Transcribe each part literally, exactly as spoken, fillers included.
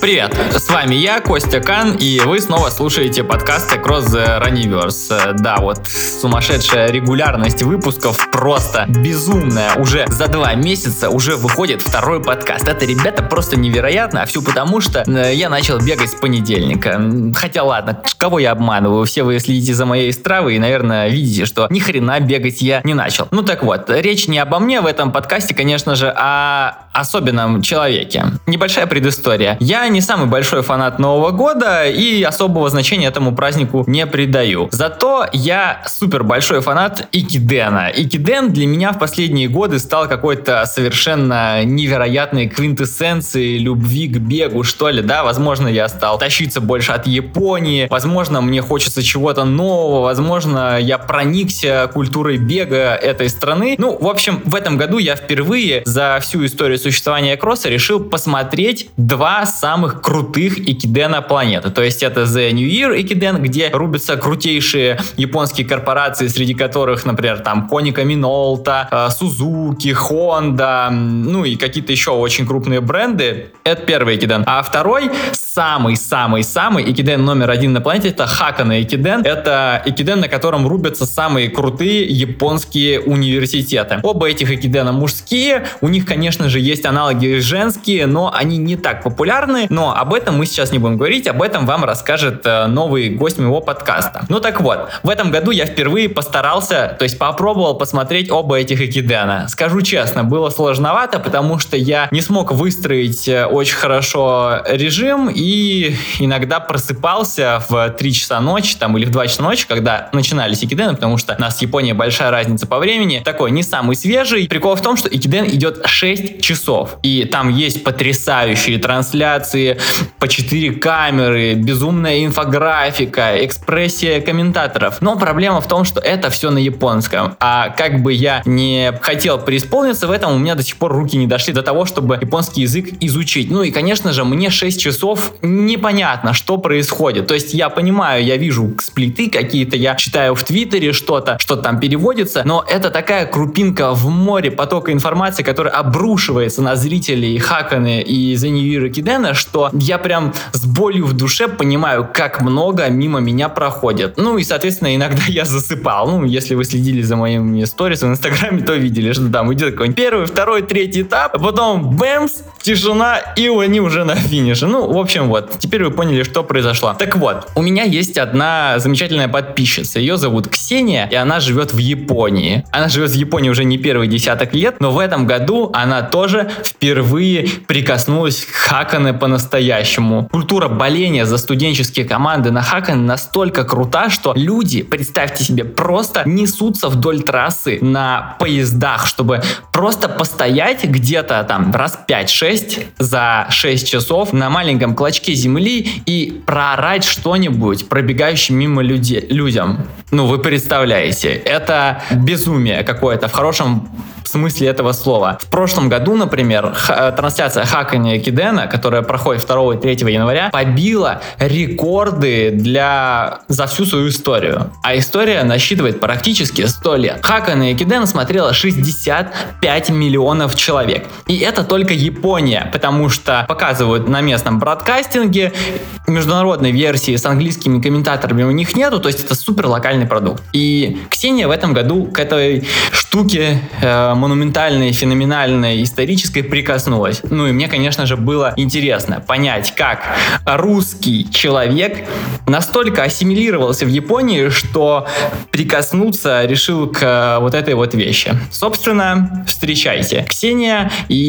Привет, с вами я, Костя Кан, и вы снова слушаете подкаст Across the Runniverse. Да, вот сумасшедшая регулярность выпусков просто безумная. Уже за два месяца уже выходит второй подкаст. Это, ребята, просто невероятно, а все потому, что я начал бегать с понедельника. Хотя ладно, кого я обманываю? Все вы следите за моей стравой и, наверное, видите, что ни хрена бегать я не начал. Ну так вот, речь не обо мне в этом подкасте, конечно же, а особенном человеке. Небольшая предыстория. Я не самый большой фанат Нового года и особого значения этому празднику не придаю. Зато я супер большой фанат Экидена. Экиден для меня в последние годы стал какой-то совершенно невероятной квинтэссенцией любви к бегу, что ли, да? Возможно, я стал тащиться больше от Японии, возможно, мне хочется чего-то нового, возможно, я проникся культурой бега этой страны. Ну, в общем, в этом году я впервые за всю историю существования кросса решил посмотреть два самых крутых Экидена планеты. То есть это The New Year Экиден, где рубятся крутейшие японские корпорации, среди которых, например, там Konica Minolta, Suzuki, Honda, ну и какие-то еще очень крупные бренды. Это первый Экиден. А второй, самый-самый-самый Экиден номер один на планете, это Хакане Экиден. Это Экиден, на котором рубятся самые крутые японские университеты. Оба этих Экидена мужские. У них, конечно же, есть аналоги женские, но они не так популярны. Но об этом мы сейчас не будем говорить, об этом вам расскажет э, новый гость моего подкаста. Ну так вот, в этом году я впервые постарался, то есть попробовал посмотреть оба этих Экидена. Скажу честно, было сложновато, потому что я не смог выстроить э, очень хорошо режим и иногда просыпался в три часа ночи там, или в два часа ночи, когда начинались Экидены, потому что у нас с Японией большая разница по времени. Такой не самый свежий. Прикол в том, что Экиден идет шесть часов, и там есть потрясающие трансляции по четыре камеры, безумная инфографика, экспрессия комментаторов. Но проблема в том, что это все на японском. А как бы я не хотел преисполниться в этом, у меня до сих пор руки не дошли до того, чтобы японский язык изучить. Ну и, конечно же, мне шесть часов непонятно, что происходит. То есть я понимаю, я вижу сплиты какие-то, я читаю в Твиттере что-то, что там переводится, но это такая крупинка в море потока информации, которая обрушивается на зрителей Хакане и The New Year Экидена, что я прям с болью в душе понимаю, как много мимо меня проходит. Ну и, соответственно, иногда я засыпал. Ну, если вы следили за моими сторис в Инстаграме, то видели, что там идет какой-нибудь первый, второй, третий этап, а потом бэмс, тишина, и они уже на финише. Ну, в общем, вот. Теперь вы поняли, что произошло. Так вот, у меня есть одна замечательная подписчица. Ее зовут Ксения, и она живет в Японии. Она живет в Японии уже не первый десяток лет, но в этом году она тоже впервые прикоснулась к Хакане по-настоящему. Культура боления за студенческие команды на Хакане настолько крута, что люди, представьте себе, просто несутся вдоль трассы на поездах, чтобы просто постоять где-то там раз пять-шесть за шесть часов на маленьком клочке земли и проорать что-нибудь пробегающим мимо люди, людям. Ну, вы представляете, это безумие какое-то в хорошем смысле этого слова. В прошлом году, например, х- трансляция Хакане Экидена, которая проходит второго и третьего января, побила рекорды для... за всю свою историю. А история насчитывает практически сто лет. Хакане Экиден смотрело шестьдесят пять миллионов человек. И это только Япония, потому что показывают на местном бродкастинге, международной версии с английскими комментаторами у них нету, то есть это супер локальный продукт. И Ксения в этом году к этой штуке э, монументальной, феноменальной, исторической прикоснулась. Ну и мне, конечно же, было интересно понять, как русский человек настолько ассимилировался в Японии, что прикоснуться решил к вот этой вот вещи. Собственно, встречайте, Ксения,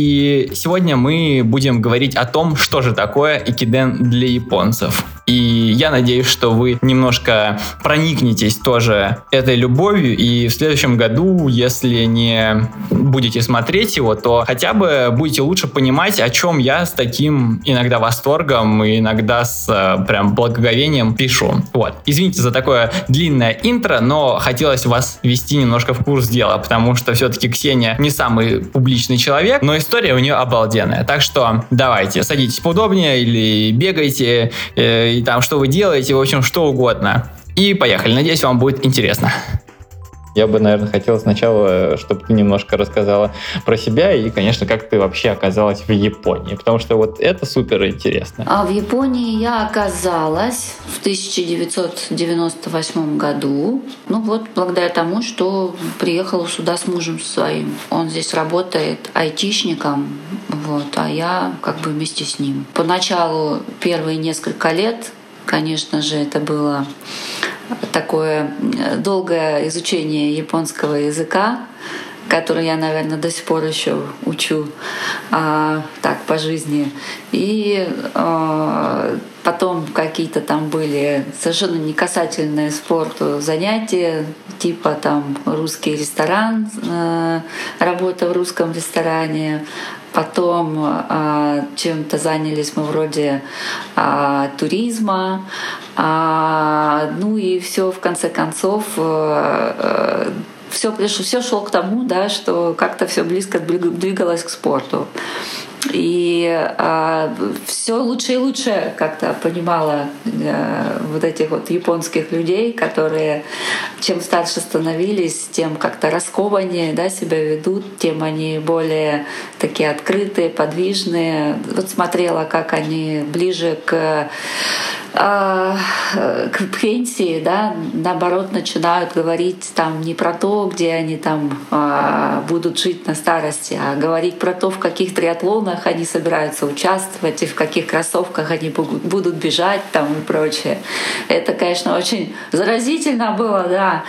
и сегодня мы будем говорить о том, что же такое Экиден для японцев. И я надеюсь, что вы немножко проникнетесь тоже этой любовью, и в следующем году, если не будете смотреть его, то хотя бы будете лучше понимать, о чем я с таким иногда восторгом и иногда с прям благоговением пишу. Вот. Извините за такое длинное интро, но хотелось вас ввести немножко в курс дела, потому что все-таки Ксения не самый публичный человек, но история у нее обалденная. Так что давайте, садитесь поудобнее или бегайте, э, и там что вы делаете, в общем, что угодно. И поехали. Надеюсь, вам будет интересно. Я бы, наверное, хотел сначала, чтобы ты немножко рассказала про себя и, конечно, как ты вообще оказалась в Японии, потому что вот это супер интересно. А в Японии я оказалась в тысяча девятьсот девяносто восьмом году. Ну вот благодаря тому, что приехала сюда с мужем своим. Он здесь работает айтишником, вот, а я как бы вместе с ним. Поначалу первые несколько лет, конечно же, это было такое долгое изучение японского языка, который я, наверное, до сих пор еще учу а, так по жизни. И а, потом какие-то там были совершенно не касательные спорту занятия, типа там русский ресторан, а, работа в русском ресторане. Потом а, чем-то занялись мы вроде а, туризма, а, ну и все в конце концов а, все пришло, все шло к тому, да, что как-то все близко двигалось к спорту. И а, все лучше и лучше как-то понимала а, вот этих вот японских людей, которые чем старше становились, тем как-то раскованнее, да, себя ведут, тем они более такие открытые, подвижные. Вот смотрела, как они ближе к к пенсии, да, наоборот, начинают говорить там не про то, где они там а, будут жить на старости, а говорить про то, в каких триатлонах они собираются участвовать и в каких кроссовках они будут бежать там и прочее. Это, конечно, очень заразительно было, да.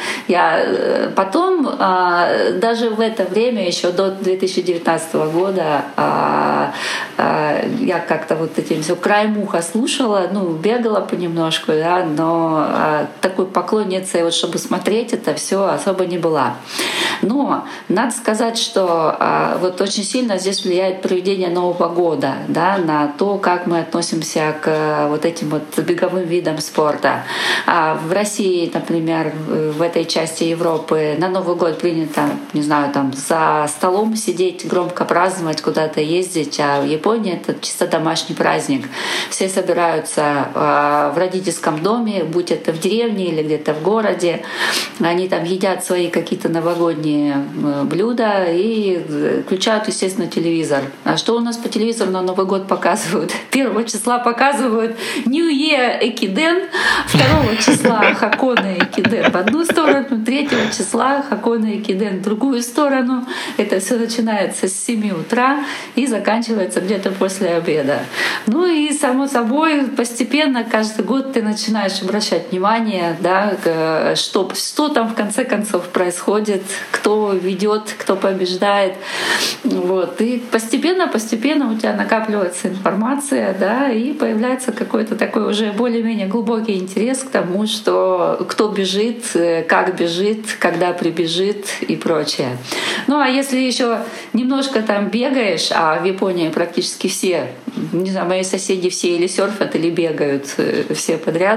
Я потом, а, даже в это время, еще до две тысячи девятнадцатого года, а, а, я как-то вот этим все краем уха слушала, ну, бегала понемножку, да, но а, такой поклонницей, вот, чтобы смотреть это все, особо не была. Но надо сказать, что а, вот очень сильно здесь влияет проведение Нового года, да, на то, как мы относимся к а, вот этим вот беговым видам спорта. А в России, например, в этой части Европы на Новый год принято, не знаю, там за столом сидеть, громко праздновать, куда-то ездить, а в Японии это чисто домашний праздник. Все собираются а, в родительском доме, будь это в деревне или где-то в городе. Они там едят свои какие-то новогодние блюда и включают, естественно, телевизор. А что у нас по телевизору на Новый год показывают? Первого числа показывают New Year Экиден, второго числа Хаконе Экиден в одну сторону, третьего числа Хаконе Экиден в другую сторону. Это все начинается с семи утра и заканчивается где-то после обеда. Ну и, само собой, постепенно каждый год ты начинаешь обращать внимание, да, что, что там в конце концов происходит, кто ведет, кто побеждает. Вот. И постепенно-постепенно у тебя накапливается информация, да, и появляется какой-то такой уже более-менее глубокий интерес к тому, что кто бежит, как бежит, когда прибежит и прочее. Ну а если еще немножко там бегаешь, а в Японии практически все, не знаю, мои соседи все или серфят, или бегают все подряд,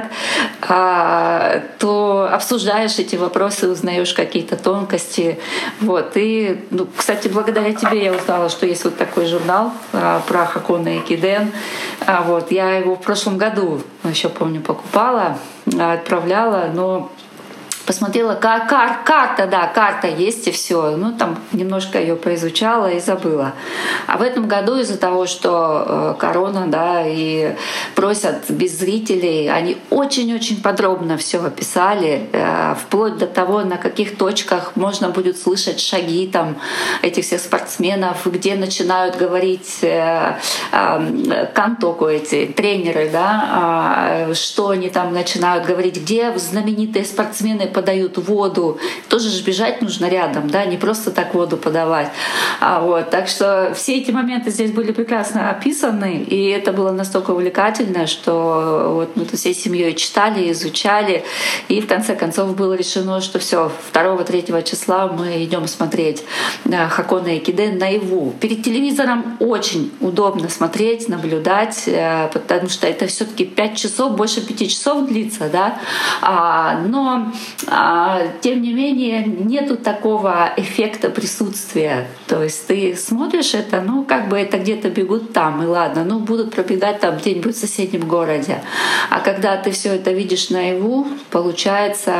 а, то обсуждаешь эти вопросы, узнаешь какие-то тонкости. Вот. И, ну, кстати, благодаря тебе я узнала, что есть вот такой журнал а, про Хаконе Экиден. А, вот. Я его в прошлом году, еще помню, покупала, отправляла, но посмотрела, как кар, карта, да, карта есть и все. Ну, там немножко ее поизучала и забыла. А в этом году из-за того, что э, корона, да, и просят без зрителей, они очень-очень подробно все описали, э, вплоть до того, на каких точках можно будет слышать шаги там этих всех спортсменов, где начинают говорить э, э, кантоку эти тренеры, да, э, что они там начинают говорить, где знаменитые спортсмены подают воду. Тоже же бежать нужно рядом, да, не просто так воду подавать. А вот, так что все эти моменты здесь были прекрасно описаны, и это было настолько увлекательно, что вот мы тут всей семьей читали, изучали, и в конце концов было решено, что все, второго-третьего числа мы идем смотреть Хаконе Экиден наяву. Перед телевизором очень удобно смотреть, наблюдать, потому что это все-таки пять часов, больше пяти часов длится, да, а, но А, тем не менее, нету такого эффекта присутствия. То есть ты смотришь это, ну, как бы это где-то бегут там, и ладно, ну, будут пробегать там где-нибудь в соседнем городе. А когда ты все это видишь наяву, получается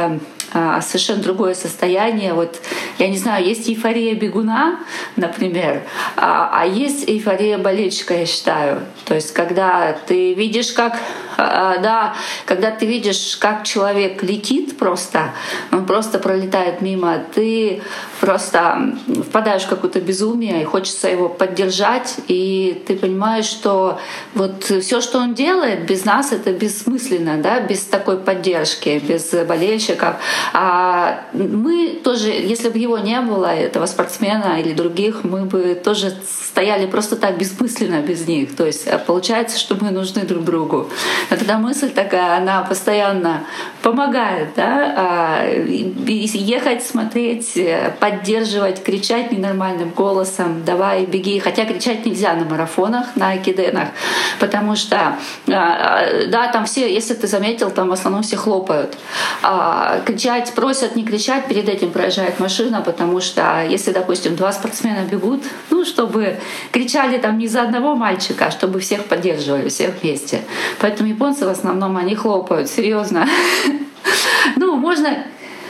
совершенно другое состояние. Вот, я не знаю, есть эйфория бегуна, например, а, а есть эйфория болельщика, я считаю. То есть, когда ты видишь, как да, когда ты видишь, как человек летит просто, он просто пролетает мимо, ты просто впадаешь в какое-то безумие, и хочется его поддержать, и ты понимаешь, что вот все, что он делает, без нас это бессмысленно, да, без такой поддержки, без болельщиков. А мы тоже, если бы его не было, этого спортсмена или других, мы бы тоже стояли просто так бессмысленно без них. То есть получается, что мы нужны друг другу. Но тогда мысль такая, она постоянно помогает, да, ехать, смотреть, поддерживать, кричать ненормальным голосом, давай, беги. Хотя кричать нельзя на марафонах, на экиденах, потому что, да, там все, если ты заметил, там в основном все хлопают. Кричать просят не кричать, перед этим проезжает машина, потому что если, допустим, два спортсмена бегут, ну, чтобы кричали там не за одного мальчика, а чтобы всех поддерживали, всех вместе. Поэтому японцы в основном, они хлопают, серьезно. Ну, можно...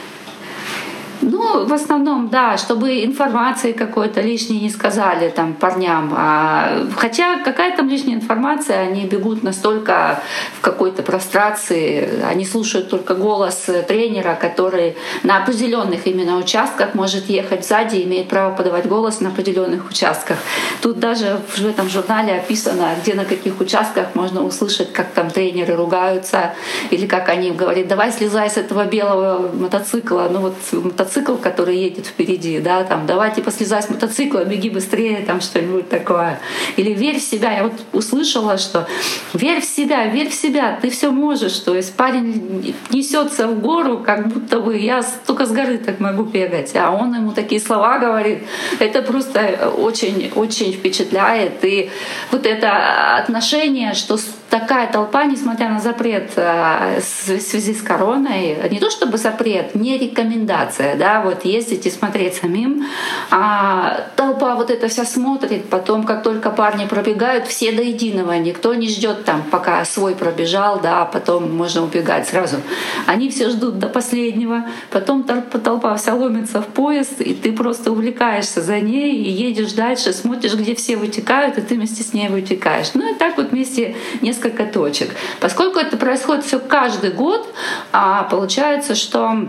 Ну, в основном, да, чтобы информации какой-то лишней не сказали там парням. А, хотя какая там лишняя информация, они бегут настолько в какой-то прострации, они слушают только голос тренера, который на определенных именно участках может ехать сзади и имеет право подавать голос на определенных участках. Тут даже в этом журнале описано, где на каких участках можно услышать, как там тренеры ругаются, или как они говорят: давай слезай с этого белого мотоцикла. Ну вот мотоцикл, который едет впереди, да, там, давай, типа, слезай с мотоцикла, беги быстрее, там, что-нибудь такое. Или верь в себя. Я вот услышала, что верь в себя, верь в себя, ты все можешь. То есть парень несется в гору, как будто бы я только с горы так могу бегать. А он ему такие слова говорит. Это просто очень-очень впечатляет. И вот это отношение, что такая толпа, несмотря на запрет в связи с короной, не то чтобы запрет, не рекомендация, да, вот ездить и смотреть самим, а толпа вот эта вся смотрит, потом, как только парни пробегают, все до единого, никто не ждет там, пока свой пробежал, да, потом можно убегать сразу. Они все ждут до последнего, потом толпа вся ломится в поезд, и ты просто увлекаешься за ней и едешь дальше, смотришь, где все вытекают, и ты вместе с ней вытекаешь. Ну и так вот вместе несколько точек. Поскольку это происходит все каждый год, а получается, что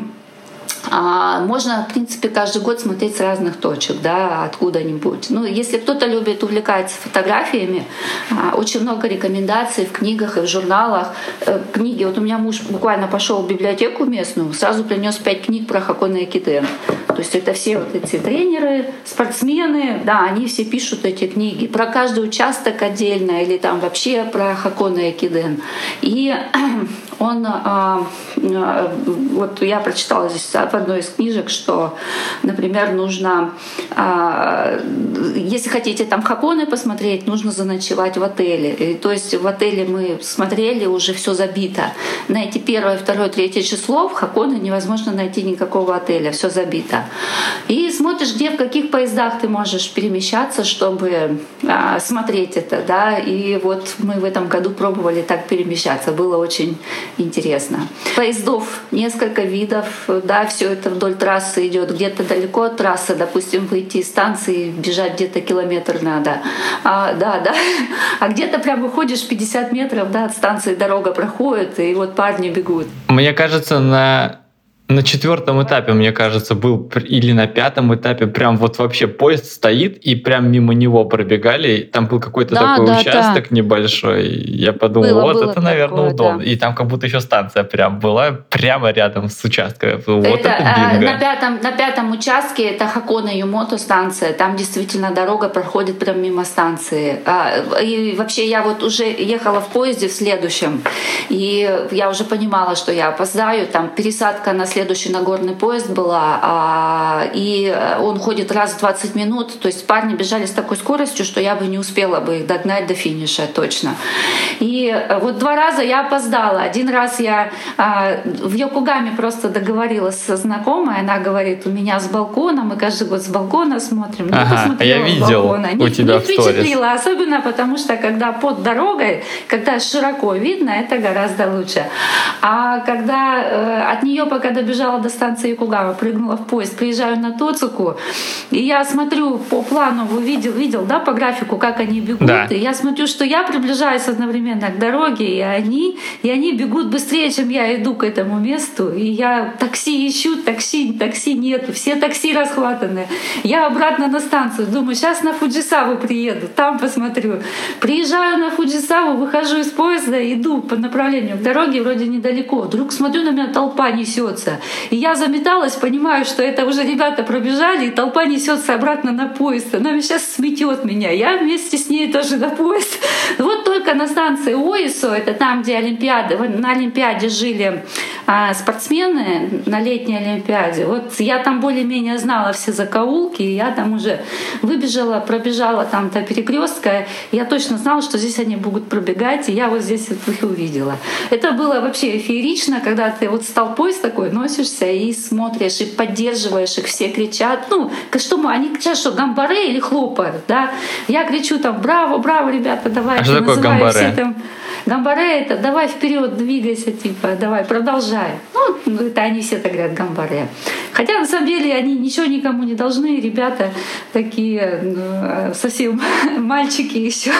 А, можно, в принципе, каждый год смотреть с разных точек, да, откуда-нибудь. Ну, если кто-то любит, увлекается фотографиями, а, очень много рекомендаций в книгах и в журналах. Э, книги, вот у меня муж буквально пошел в библиотеку местную, сразу принес пять книг про хаконе экиден. То есть это все вот эти тренеры, спортсмены, да, они все пишут эти книги про каждый участок отдельно или там вообще про хаконе экиден. И он, а, а, вот я прочитала здесь в одной из книжек, что, например, нужно, если хотите там хаконе посмотреть, нужно заночевать в отеле. И, то есть в отеле мы смотрели, уже все забито. Найти первое, второе, третье число в хаконе невозможно найти никакого отеля, все забито. И смотришь, где, в каких поездах ты можешь перемещаться, чтобы а, смотреть это, да. И вот мы в этом году пробовали так перемещаться, было очень интересно. Поездов несколько видов, да, все это вдоль трассы идет, где-то далеко от трассы, допустим, выйти из станции, бежать где-то километр надо, а, да, да, а где-то прям выходишь пятьдесят метров, да, от станции дорога проходит, и вот парни бегут. Мне кажется, на На четвертом этапе, мне кажется, был, или на пятом этапе, прям вот вообще поезд стоит, и прям мимо него пробегали. Там был какой-то да, такой да, участок да. небольшой. Я подумал, было, вот было это, наверное, такое, удобно. Да. И там как будто еще станция прям была прямо рядом с участком. Вот это, это бинго. На пятом, на пятом участке это Хаконе Юмото станция. Там действительно дорога проходит прям мимо станции. И вообще я вот уже ехала в поезде в следующем, и я уже понимала, что я опоздаю. Там пересадка на следующий следующий Нагорный поезд была, а, и он ходит раз в двадцать минут, то есть парни бежали с такой скоростью, что я бы не успела бы их догнать до финиша точно. И вот два раза я опоздала. Один раз я а, в Йокогаме просто договорилась со знакомой, она говорит, у меня с балкона, мы каждый год с балкона смотрим. Я ага, я видел у не, тебя не в сторис. Впечатлила, особенно потому что когда под дорогой, когда широко видно, это гораздо лучше. А когда э, от нее пока добежала добежала до станции Якугава, прыгнула в поезд, приезжаю на Тоцуку, и я смотрю по плану, вы видел, видел, да, по графику, как они бегут, да. И я смотрю, что я приближаюсь одновременно к дороге, и они, и они бегут быстрее, чем я иду к этому месту, и я такси ищу, такси, такси нет, все такси расхватаны. Я обратно на станцию, думаю, сейчас на Фуджисаву приеду, там посмотрю. Приезжаю на Фуджисаву, выхожу из поезда, иду по направлению к дороге, вроде недалеко. Вдруг смотрю, на меня толпа несется. И я заметалась, понимаю, что это уже ребята пробежали, и толпа несется обратно на поезд. Она сейчас сметет меня. Я вместе с ней тоже на поезд. Вот только на станции Оисо, это там, где Олимпиада, на Олимпиаде жили а, спортсмены, на летней Олимпиаде. Вот я там более-менее знала все закоулки, и я там уже выбежала, пробежала там до перекрестка. Я точно знала, что здесь они будут пробегать, и я вот здесь вот их увидела. Это было вообще феерично, когда ты вот с толпой с такой носишься и смотришь, и поддерживаешь их, все кричат. Ну, что мы, они кричат, что гамбаре или хлопают, да? Я кричу там, браво, браво, ребята, давайте. А что такое гамбаре? Гамбаре — это давай вперед, двигайся, типа, давай, продолжай. Ну, это они все так говорят, гамбаре. Хотя на самом деле они ничего никому не должны, ребята такие ну, совсем мальчики еще.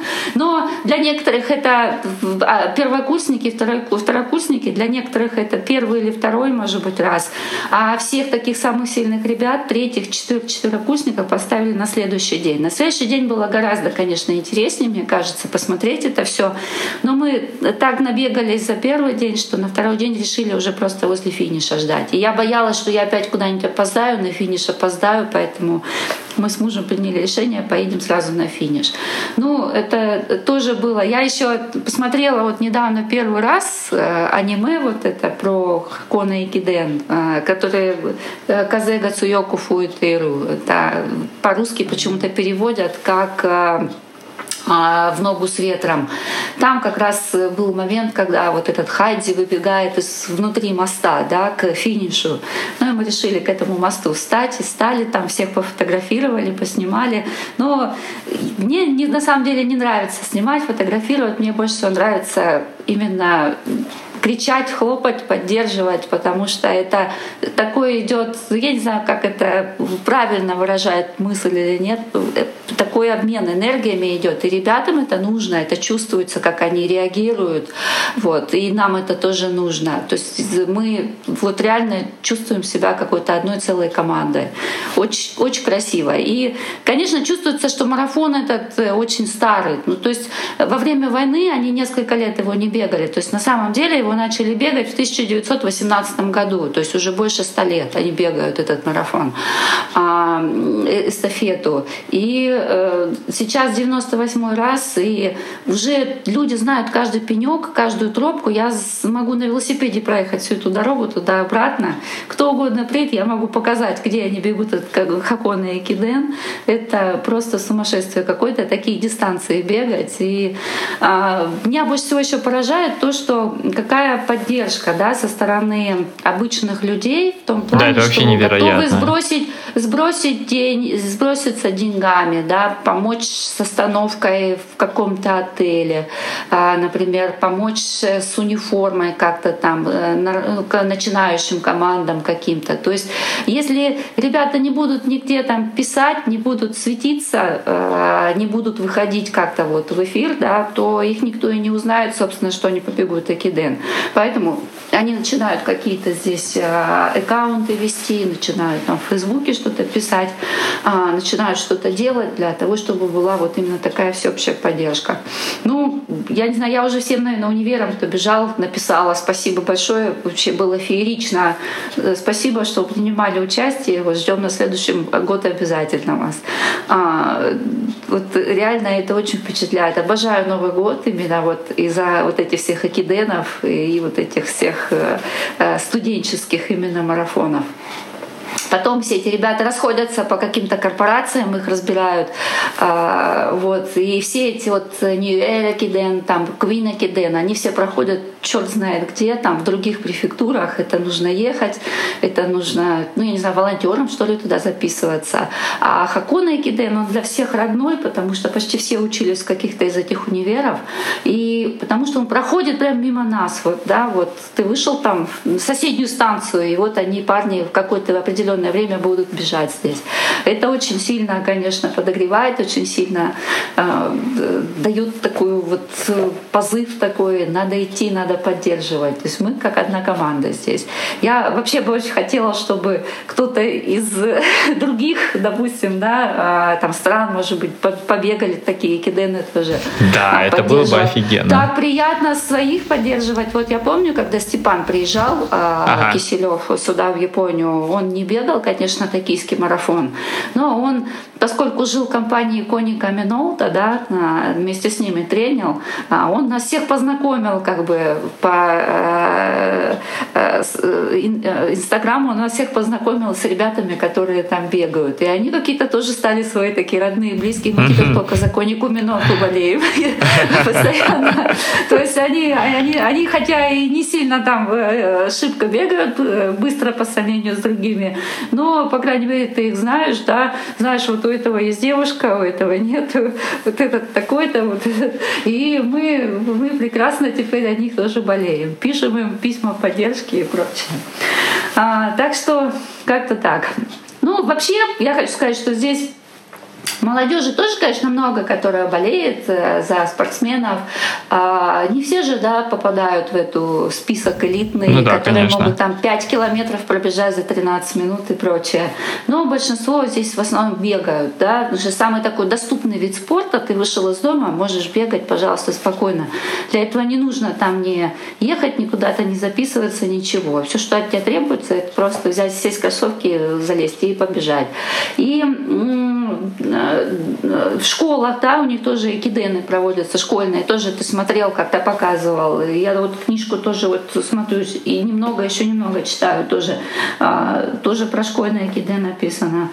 Но для некоторых это первокурсники, второкурсники, для некоторых это первый или второй, может быть, раз. А всех таких самых сильных ребят, третьих, четырех, четверокурсников поставили на следующий день. На следующий день было гораздо, конечно, интереснее, мне кажется, посмотреть это все. Но мы так набегались за первый день, что на второй день решили уже просто возле финиша ждать. И я боялась, что я опять куда-нибудь опоздаю, на финиш опоздаю, поэтому мы с мужем приняли решение, поедем сразу на финиш. Ну, это тоже было. Я еще посмотрела вот недавно первый раз аниме вот это про Хакона Экиден, который Казэга Цуёку Фуитэру. Это по-русски почему-то переводят как в ногу с ветром. Там как раз был момент, когда вот этот Хайди выбегает из внутри моста, да, к финишу. Ну и мы решили к этому мосту встать и стали там, всех пофотографировали, поснимали. Но мне не, на самом деле не нравится снимать, фотографировать. Мне больше всего нравится именно кричать, хлопать, поддерживать, потому что это такое идет, я не знаю, как это правильно выражает мысль или нет, такой обмен энергиями идет, и ребятам это нужно, это чувствуется, как они реагируют, вот, и нам это тоже нужно. То есть мы вот реально чувствуем себя какой-то одной целой командой. Очень, очень красиво. И, конечно, чувствуется, что марафон этот очень старый. Ну, то есть во время войны они несколько лет его не бегали. То есть на самом деле его начали бегать в тысяча девятьсот восемнадцатом году, то есть уже больше ста лет они бегают этот марафон, эстафету. И э, сейчас девяносто восьмой раз, и уже люди знают каждый пенек, каждую тропку. Я могу на велосипеде проехать всю эту дорогу туда-обратно. Кто угодно приедет, я могу показать, где они бегут от Хакона Экиден. Это просто сумасшествие какое-то, такие дистанции бегать. И э, меня больше всего еще поражает то, что какая поддержка, да, со стороны обычных людей в том плане, да, это что готовы сбросить, сбросить день, сброситься деньгами, да, помочь с остановкой в каком-то отеле, например, помочь с униформой как-то там начинающим командам каким-то. То есть, если ребята не будут нигде там писать, не будут светиться, не будут выходить как-то вот в эфир, да, то их никто и не узнает, собственно, что они побегут Экиден. Поэтому они начинают какие-то здесь аккаунты вести, начинают там в Фейсбуке что-то писать, начинают что-то делать для того, чтобы была вот именно такая всеобщая поддержка. Ну, я не знаю, я уже всем, наверное, универам, кто бежал, написала спасибо большое, вообще было феерично. Спасибо, что принимали участие, вот ждем на следующий год обязательно вас. А, вот реально это очень впечатляет. Обожаю Новый год именно вот из-за вот этих всех экиденов и вот этих всех студенческих именно марафонов. Потом все эти ребята расходятся по каким-то корпорациям, их разбирают. А, вот. И все эти вот New Era Экиден, там, Queen Экиден, они все проходят черт знает где, там, в других префектурах. Это нужно ехать, это нужно, ну, я не знаю, волонтерам, что ли, туда записываться. А Хакона Экиден, он для всех родной, потому что почти все учились в каких-то из этих универов. И потому что он проходит прямо мимо нас. Вот, да, вот ты вышел там в соседнюю станцию, и вот они, парни, в какой-то определенный время будут бежать здесь. Это очень сильно, конечно, подогревает, очень сильно э, дают такой вот позыв такой, надо идти, надо поддерживать. То есть мы как одна команда здесь. Я вообще бы очень хотела, чтобы кто-то из других, допустим, да, там стран, может быть, побегали такие экидены тоже. Да, это было бы офигенно. Так приятно своих поддерживать. Вот я помню, когда Степан приезжал, ага. Киселев, сюда в Японию, он не бегал, конечно, токийский марафон, но он, поскольку жил в компании Коника Минолта, да, вместе с ними тренил, он нас всех познакомил как бы по Инстаграму, он нас всех познакомил с ребятами, которые там бегают. И они какие-то тоже стали свои такие родные, близкие. Мы теперь только за Конику Минолту болеем постоянно. То есть они, они, они, хотя и не сильно там шибко бегают, быстро по сравнению с другими, но, по крайней мере, ты их знаешь, да, знаешь, вот у этого есть девушка, у этого нет, вот этот такой-то, вот этот. И мы, мы прекрасно теперь о них тоже болеем, пишем им письма поддержки и прочее. А, так что как-то так. Ну, вообще, я хочу сказать, что здесь молодежи тоже, конечно, много, которая болеет за спортсменов. А не все же, да, попадают в эту список элитный, ну, да, которые конечно. Могут там пять километров пробежать за тринадцать минут и прочее. Но большинство здесь в основном бегают, да, потому что самый такой доступный вид спорта. Ты вышел из дома, можешь бегать, пожалуйста, спокойно. Для этого не нужно там не ехать никуда-то, не записываться, ничего. Все, что от тебя требуется, это просто взять, сесть в кроссовки, залезть и побежать. И в школах, да, у них тоже экидены проводятся, школьные, тоже ты смотрел, как-то показывал. Я вот книжку тоже вот смотрю и немного, еще немного читаю тоже, тоже про школьные экиден написано.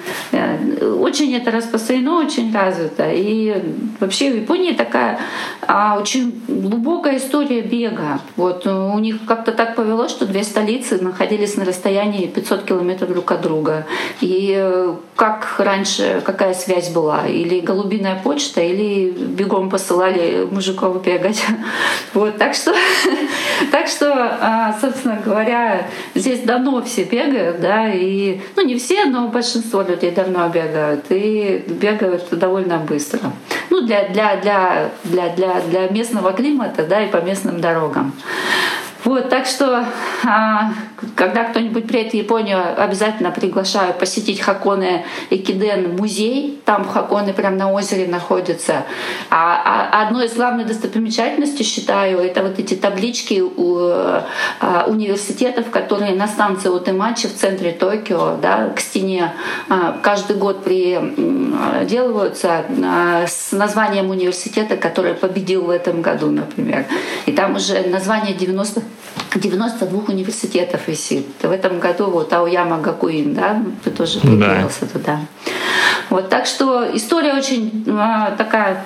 Очень это распространено, очень развито. И вообще в Японии такая очень глубокая история бега. Вот у них как-то так повелось, что две столицы находились на расстоянии пятьсот километров друг от друга. И как раньше, какая связь была? Или голубиная почта, или бегом посылали мужиков бегать. Вот, так что, так что, собственно говоря, здесь давно все бегают, да, и, ну, не все, но большинство людей давно бегают, и бегают довольно быстро. Ну, для, для, для, для, для, для местного климата, да, и по местным дорогам. Вот, так что, а, когда кто-нибудь приедет в Японию, обязательно приглашаю посетить Хаконе Экиден музей. Там в Хаконе прямо на озере находится. А, а одной из главных достопримечательностей, считаю, это вот эти таблички у а, университетов, которые на станции Отемачи в центре Токио, да, к стене а, каждый год приделываются а, с названием университета, который победил в этом году, например. И там уже название девяносто девяносто два университетов висит. В этом году вот Аояма Гакуин, да, ты тоже приклеился да. туда. Вот, так что история очень а, такая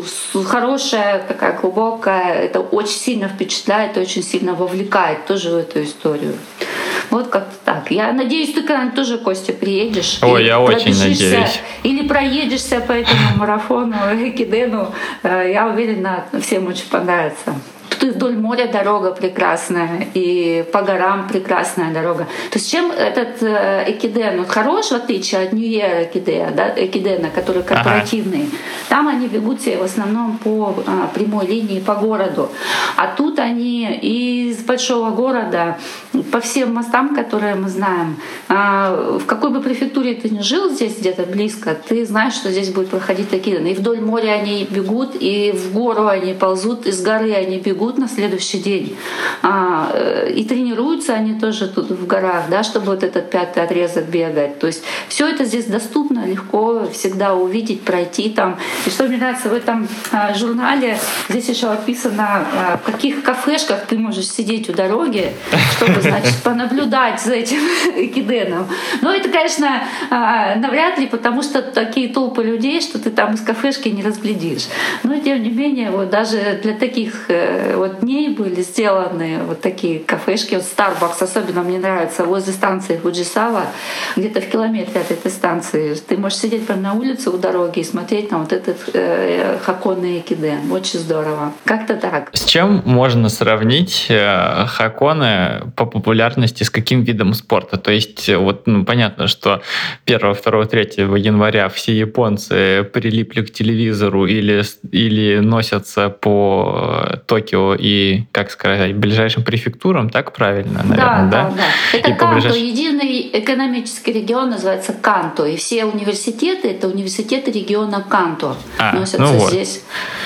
хорошая, такая глубокая. Это очень сильно впечатляет, очень сильно вовлекает тоже в эту историю. Вот как-то так. Я надеюсь, ты когда-нибудь тоже, Костя, приедешь. Ой, я очень надеюсь. Или проедешься по этому марафону, Экидену. Я уверена, всем очень понравится. Тут и вдоль моря дорога прекрасная, и по горам прекрасная дорога. То есть чем этот экиден вот хорош, в отличие от New Year экидена, да, экидена, который корпоративный, ага. там они бегут все в основном по а, прямой линии по городу. А тут они из большого города по всем мостам, которые мы знаем, а, в какой бы префектуре ты ни жил здесь где-то близко, ты знаешь, что здесь будет проходить экиден. И вдоль моря они бегут, и в гору они ползут, из горы они бегут, бегут на следующий день. А, и тренируются они тоже тут в горах, да, чтобы вот этот пятый отрезок бегать. То есть все это здесь доступно, легко всегда увидеть, пройти там. И что мне нравится в этом а, журнале, здесь еще описано, а, в каких кафешках ты можешь сидеть у дороги, чтобы, значит, понаблюдать за этим экиденом. Но это, конечно, а, навряд ли, потому что такие толпы людей, что ты там из кафешки не разглядишь. Но тем не менее, вот даже для таких э, вот дней были сделаны вот такие кафешки. Вот Starbucks особенно мне нравится возле станции Фуджисава, где-то в километре от этой станции. Ты можешь сидеть прямо на улице у дороги и смотреть на вот этот э, Хаконе Экиден. Очень здорово. Как-то так. С чем можно сравнить э, Хаконе по популярности, с каким видом спорта? То есть вот ну, понятно, что первого, второго, третьего января все японцы прилипли к телевизору или, или носятся по Токио и, как сказать, ближайшим префектурам, так правильно, наверное, да? Да, да, да. Это и Канто, ближайш... единый экономический регион называется Канто, и все университеты — это университеты региона Канто, а, носятся ну вот. здесь.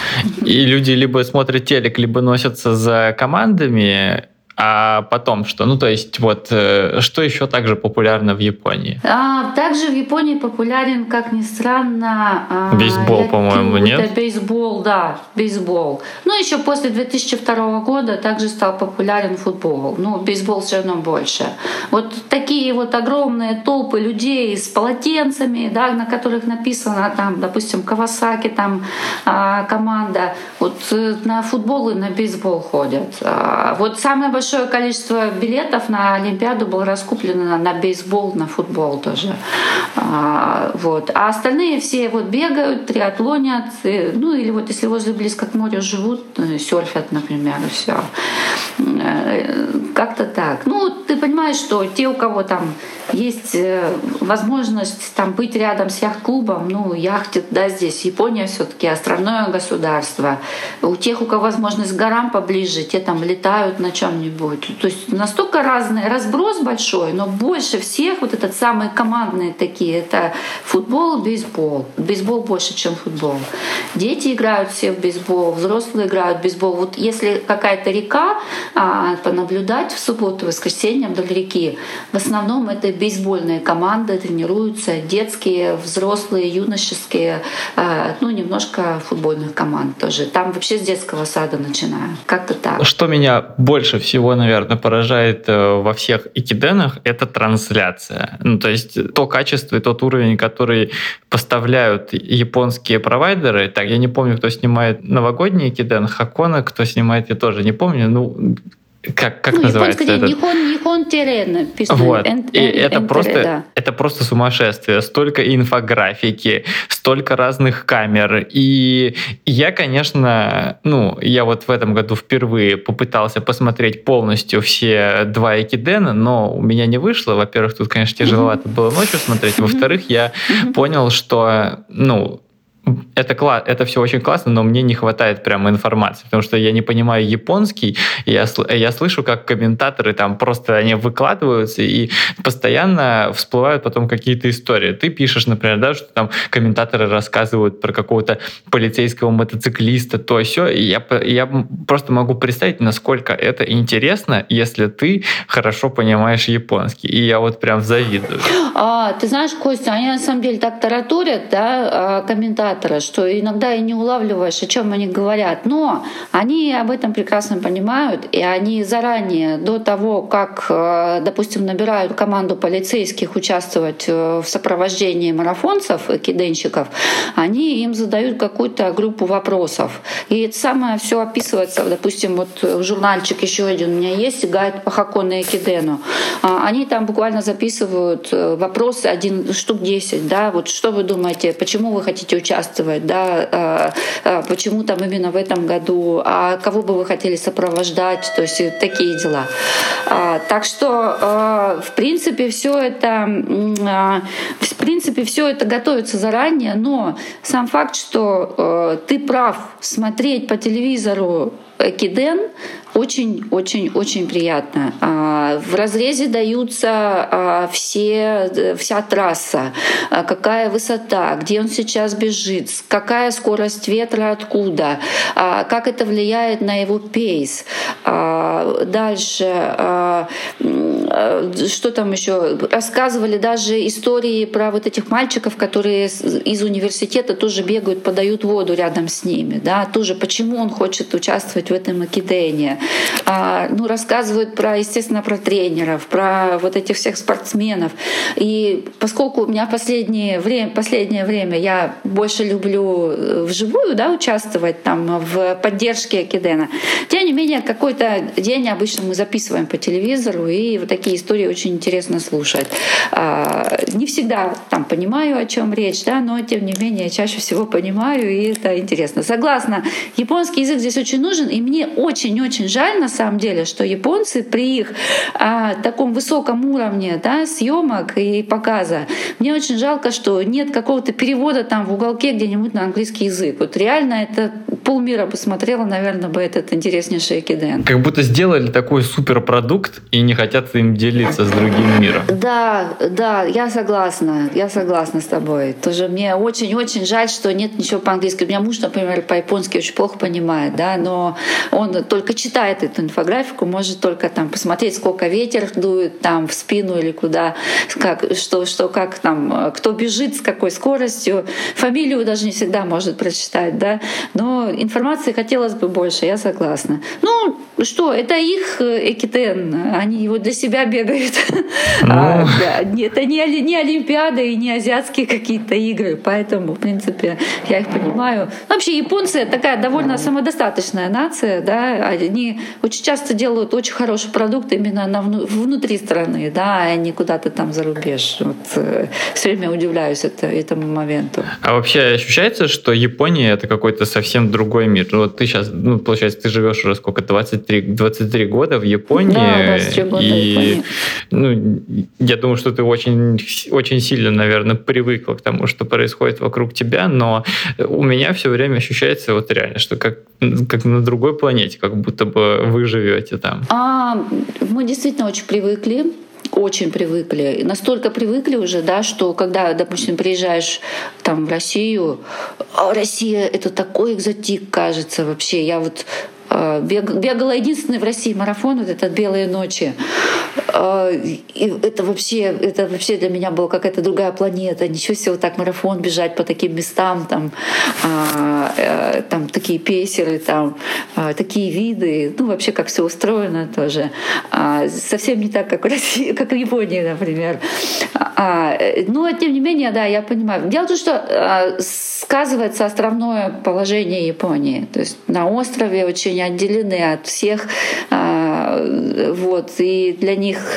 И люди либо смотрят телек, либо носятся за командами. А потом что? Ну, то есть, вот, э, что еще также популярно в Японии? А, также в Японии популярен, как ни странно... А, бейсбол, по-моему, нет? Это бейсбол, да, бейсбол. Ну, еще после две тысячи второго года также стал популярен футбол. Ну, бейсбол все равно больше. Вот такие вот огромные толпы людей с полотенцами, да, на которых написано, там, допустим, Кавасаки, там, а, команда. Вот на футбол и на бейсбол ходят. А, вот самое большое Большое количество билетов на Олимпиаду было раскуплено на бейсбол, на футбол тоже. А, вот. А остальные все вот бегают, триатлонят, ну или вот если возле близко к морю живут, серфят, например, и все. Как-то так. Ну, ты понимаешь, что те, у кого там есть возможность там быть рядом с яхт-клубом, ну, яхтят, да, здесь Япония все-таки островное государство. У тех, у кого возможность к горам поближе, те там летают на чем-нибудь. То есть настолько разный разброс большой, но больше всех вот этот самые командные такие — это футбол, бейсбол. Бейсбол больше, чем футбол. Дети играют все в бейсбол, взрослые играют в бейсбол. Вот если какая-то река, а, понаблюдать в субботу, воскресенье вдоль реки, в основном это бейсбольные команды, тренируются детские, взрослые, юношеские, а, ну немножко футбольных команд тоже. Там вообще с детского сада начинаем. Как-то так. Что меня больше всего, наверное, поражает во всех экиденах, это трансляция. Ну, то есть то качество и тот уровень, который поставляют японские провайдеры. Так, я не помню, кто снимает новогодний экиден, Хаконе, кто снимает, я тоже не помню. Ну, как, как ну, называется этот? Нихон, Нихон Тере написано. Вот. Эн, и эн, это, эн, просто, тере, да. это просто сумасшествие. Столько инфографики, столько разных камер. И я, конечно, ну, я вот в этом году впервые попытался посмотреть полностью все два экидена, но у меня не вышло. Во-первых, тут, конечно, тяжеловато mm-hmm. было ночью смотреть. Во-вторых, я mm-hmm. понял, что, ну, Это, класс, это все очень классно, но мне не хватает прямо информации, потому что я не понимаю японский, и я, я слышу, как комментаторы там просто они выкладываются, и постоянно всплывают потом какие-то истории. Ты пишешь, например, да, что там комментаторы рассказывают про какого-то полицейского мотоциклиста, то и сё, и я, я просто могу представить, насколько это интересно, если ты хорошо понимаешь японский. И я вот прям завидую. А, ты знаешь, Костя, они на самом деле так тараторят, да, комментаторы, что иногда и не улавливаешь, о чем они говорят. Но они об этом прекрасно понимают, и они заранее, до того, как, допустим, набирают команду полицейских участвовать в сопровождении марафонцев, экиденщиков, они им задают какую-то группу вопросов. И это самое все описывается, допустим, вот журнальчик еще один у меня есть, гайд по Хаконе Экидену. Они там буквально записывают вопросы, один штук десять, да, вот что вы думаете, почему вы хотите участвовать, да, почему там именно в этом году, а кого бы вы хотели сопровождать, то есть такие дела. Так что, в принципе, все это принципе, все это готовится заранее, но сам факт, что э, ты прав, смотреть по телевизору экиден очень-очень-очень приятно. В разрезе даются все, вся трасса, какая высота, где он сейчас бежит, какая скорость ветра, откуда, как это влияет на его пейс. Дальше, что там еще? Рассказывали даже истории про вот этих мальчиков, которые из университета тоже бегают, подают воду рядом с ними. Да? Тоже почему он хочет участвовать в этом экидене. А, ну, рассказывают про, естественно, про тренеров, про вот этих всех спортсменов. И поскольку у меня последнее время, последнее время я больше люблю вживую, да, участвовать там в поддержке экидена, тем не менее, какой-то день обычно мы записываем по телевизору, и вот такие истории очень интересно слушать. А, не всегда там понимаю, о чем речь, да, но тем не менее чаще всего понимаю, и это интересно. Согласна, японский язык здесь очень нужен, и мне очень-очень жаль, на самом деле, что японцы при их а, таком высоком уровне, да, съемок и показа, мне очень жалко, что нет какого-то перевода там в уголке где-нибудь на английский язык. Вот реально это полмира посмотрела, наверное, бы этот интереснейший экиден. Как будто сделали такой суперпродукт и не хотят им делиться с другим миром. Да, да, я согласна, я согласна с тобой. Тоже мне очень-очень жаль, что нет ничего по-английски. У меня муж, например, по-японски очень плохо понимает, да, но он только читает эту инфографику, может только там посмотреть, сколько ветер дует там в спину или куда, как, что, что, как там, кто бежит, с какой скоростью. Фамилию даже не всегда может прочитать, да, но информации хотелось бы больше, я согласна. Ну, что, это их экиден, они его для себя бегают. Ну... А, да, это не, не Олимпиады и не азиатские какие-то игры, поэтому, в принципе, я их понимаю. Вообще, японцы такая довольно самодостаточная нация, да, они очень часто делают очень хороший продукт именно на вну, внутри страны, да, а не куда-то там за рубеж. Вот, э, все время удивляюсь это, этому моменту. А вообще ощущается, что Япония — это какой-то совсем другой мир? Вот ты сейчас, ну, получается, ты живешь уже сколько, двадцать три, двадцать три года в Японии. Да, двадцать три года и, в Японии. Ну, я думаю, что ты очень, очень сильно, наверное, привыкла к тому, что происходит вокруг тебя, но у меня все время ощущается вот реально, что как, как на другой планете, как будто бы вы живете там. А, мы действительно очень привыкли. Очень привыкли. Настолько привыкли уже, да, что когда, допустим, приезжаешь там в Россию, а Россия — это такой экзотик, кажется, вообще. Я вот бегала единственный в России марафон, вот этот «Белые ночи». И это вообще, это вообще для меня была какая-то другая планета. Ничего себе, вот так марафон бежать по таким местам, там, там такие пейсеры, там, такие виды. Ну, вообще, как все устроено тоже. Совсем не так, как в России, как в Японии, например. Но, тем не менее, да, я понимаю. Дело в том, что сказывается островное положение Японии. То есть на острове очень отделены от всех, вот, и для них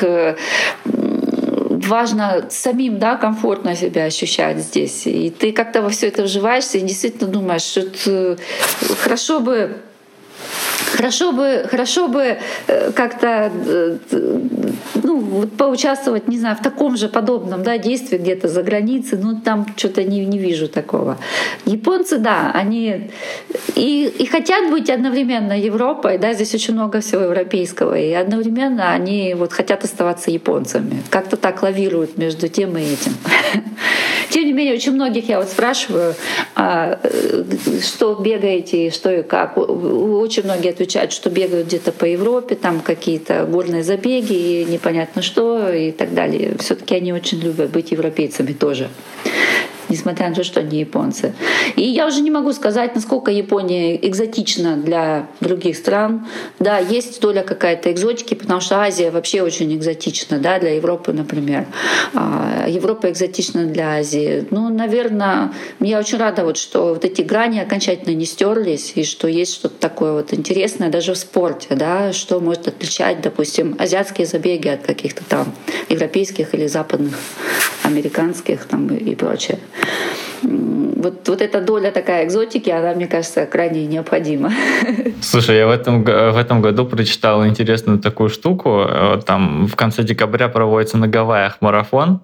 важно самим, да, комфортно себя ощущать здесь. И ты как-то во все это вживаешься и действительно думаешь, что хорошо бы Хорошо бы, хорошо бы как-то, ну, поучаствовать, не знаю, в таком же подобном, да, действии где-то за границей, но там что-то не, не вижу такого. Японцы, да, они и, и хотят быть одновременно Европой, да, здесь очень много всего европейского, и одновременно они вот хотят оставаться японцами. Как-то так лавируют между тем и этим. Тем не менее, очень многих я вот спрашиваю, что бегаете, что и как. Очень многие отвечают, что бегают где-то по Европе, там какие-то горные забеги, и непонятно что и так далее. Все-таки они очень любят быть европейцами тоже, несмотря на то, что они японцы. И я уже не могу сказать, насколько Япония экзотична для других стран. Да, есть доля какая-то экзотики, потому что Азия вообще очень экзотична, да, для Европы, например. Европа экзотична для Азии. Ну, наверное, я очень рада, вот, что вот эти грани окончательно не стерлись, и что есть что-то такое вот интересное даже в спорте, да, что может отличать, допустим, азиатские забеги от каких-то там европейских или западных, американских там и прочее. вот, вот эта доля такая экзотики, она, мне кажется, крайне необходима. Слушай, я в этом, в этом году прочитал интересную такую штуку. Там в конце декабря проводится на Гавайях марафон,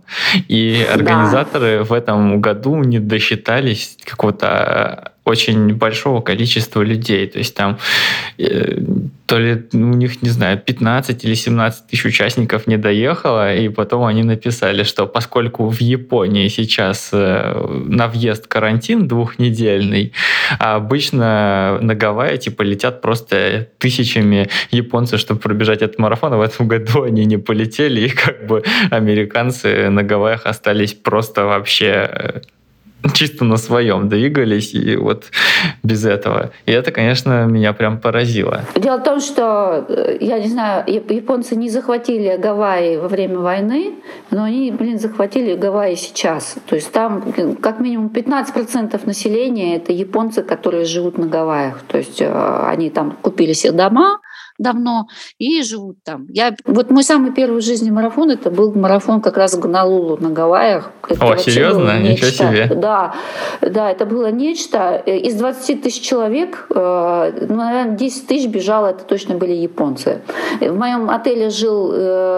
и организаторы да. в этом году не досчитались какого-то очень большого количества людей. То есть там э, то ли у них, не знаю, пятнадцать или семнадцать тысяч участников не доехало, и потом они написали, что поскольку в Японии сейчас э, на въезд карантин двухнедельный, а обычно на Гавайи типа летят просто тысячами японцев, чтобы пробежать этот марафон, а в этом году они не полетели, и как бы американцы на Гавайях остались просто вообще чисто на своем двигались, и вот без этого. И это, конечно, меня прям поразило. Дело в том, что, я не знаю, японцы не захватили Гавайи во время войны, но они, блин, захватили Гавайи сейчас. То есть там как минимум пятнадцать процентов населения — это японцы, которые живут на Гавайях. То есть они там купили себе дома давно и живут там. Я, вот мой самый первый в жизни марафон — это был марафон как раз в Гонолулу на Гавайях. Это О, серьезно? Ничего себе. Да, да, это было нечто. Из двадцати тысяч человек, ну, наверное, десять тысяч бежало, это точно были японцы. В моем отеле жил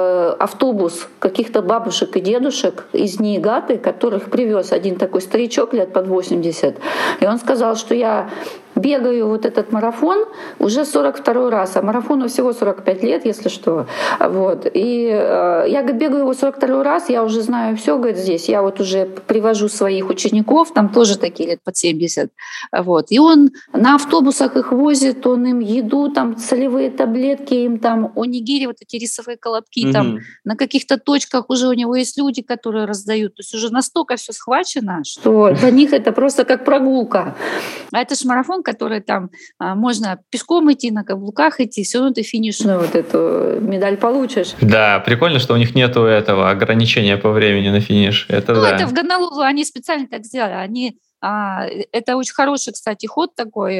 автобус каких-то бабушек и дедушек из Ниигаты, которых привез один такой старичок лет под восемьдесят. И он сказал, что я бегаю вот этот марафон уже сорок второй раз, а марафону всего сорок пять лет, если что. Вот. И э, я бегаю его сорок второй раз, я уже знаю все, говорит, здесь. Я вот уже привожу своих учеников, там тоже такие лет под семьдесят. Вот. И он на автобусах их возит, он им еду, там солевые таблетки, им там онигири, вот эти рисовые колобки, mm-hmm. там на каких-то точках уже у него есть люди, которые раздают. То есть уже настолько все схвачено, что для них это просто как прогулка. А это ж марафон, который там а, можно пешком идти, на каблуках идти, все равно ты финишную вот эту медаль получишь. Да, прикольно, что у них нету этого ограничения по времени на финиш. Это ну, да. это в Гонолулу они специально так сделали. Они А, это очень хороший, кстати, ход такой.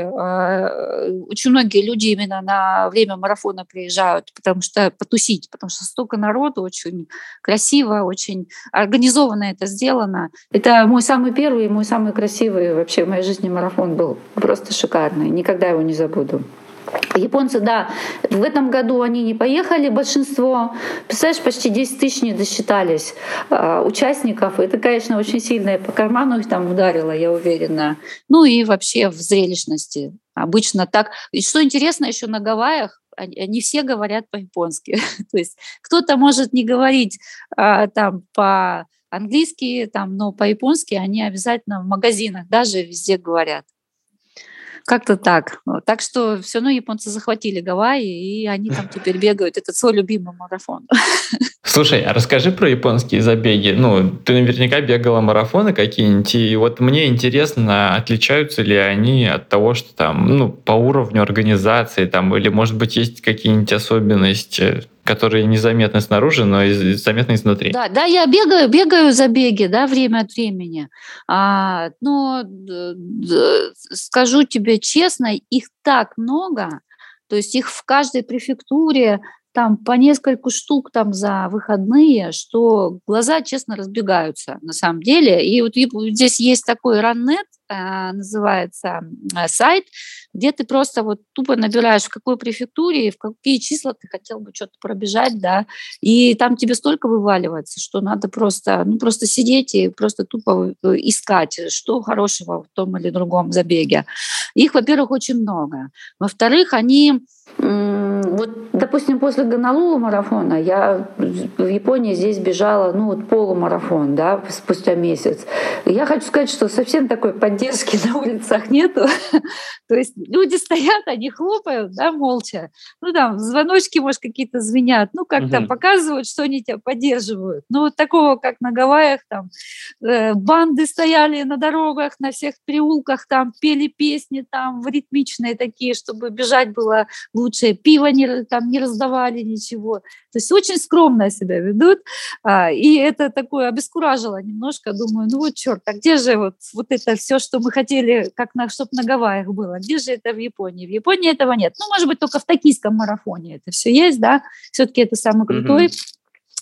А, очень многие люди именно на время марафона приезжают, потому что потусить, потому что столько народу, очень красиво, очень организованно это сделано. Это мой самый первый и мой самый красивый вообще в моей жизни марафон был. Просто шикарный. Никогда его не забуду. Японцы, да, в этом году они не поехали, большинство. Представляешь, почти десять тысяч не досчитались э, участников. Это, конечно, очень сильно по карману их там ударило, я уверена. Ну и вообще в зрелищности. Обычно так. И что интересно, еще на Гавайях они все говорят по-японски. То есть кто-то может не говорить э, там по-английски, там, но по-японски они обязательно в магазинах даже везде говорят. Как-то так. Так что все равно японцы захватили Гавайи, и они там теперь бегают. Это свой любимый марафон. Слушай, а расскажи про японские забеги. Ну, ты наверняка бегала марафоны какие-нибудь, и вот мне интересно, отличаются ли они от того, что там, ну, по уровню организации, там, или, может быть, есть какие-нибудь особенности, которые незаметны снаружи, но и заметны изнутри. Да, да, я бегаю, бегаю забеги, да, время от времени. А, но д- д- скажу тебе честно, их так много, то есть их в каждой префектуре там по нескольку штук там за выходные, что глаза, честно, разбегаются на самом деле. И вот здесь есть такой Runnet, называется сайт, где ты просто вот тупо набираешь, в какой префектуре и в какие числа ты хотел бы что-то пробежать, да, и там тебе столько вываливается, что надо просто, ну, просто сидеть и просто тупо искать, что хорошего в том или другом забеге. Их, во-первых, очень много. Во-вторых, они, вот, допустим, после Гонолулу марафона я в Японии здесь бежала, ну, вот полумарафон, да, спустя месяц. Я хочу сказать, что совсем такой поддержки на улицах нету. То есть люди стоят, они хлопают, да, молча. Ну, там, звоночки, может, какие-то звенят, ну, как-то uh-huh. показывают, что они тебя поддерживают. Ну, вот такого, как на Гавайях, там, э, банды стояли на дорогах, на всех переулках, там, пели песни, там, ритмичные такие, чтобы бежать было лучше. Пиво не, там, не раздавали, ничего. То есть очень скромно себя ведут. А, и это такое обескуражило немножко. Думаю, ну вот черт, а где же вот, вот это все, что мы хотели, как на, чтобы на Гавайях было? Где же это в Японии? В Японии этого нет. Ну, может быть, только в токийском марафоне это все есть, да? Все-таки это самый крутой. Mm-hmm.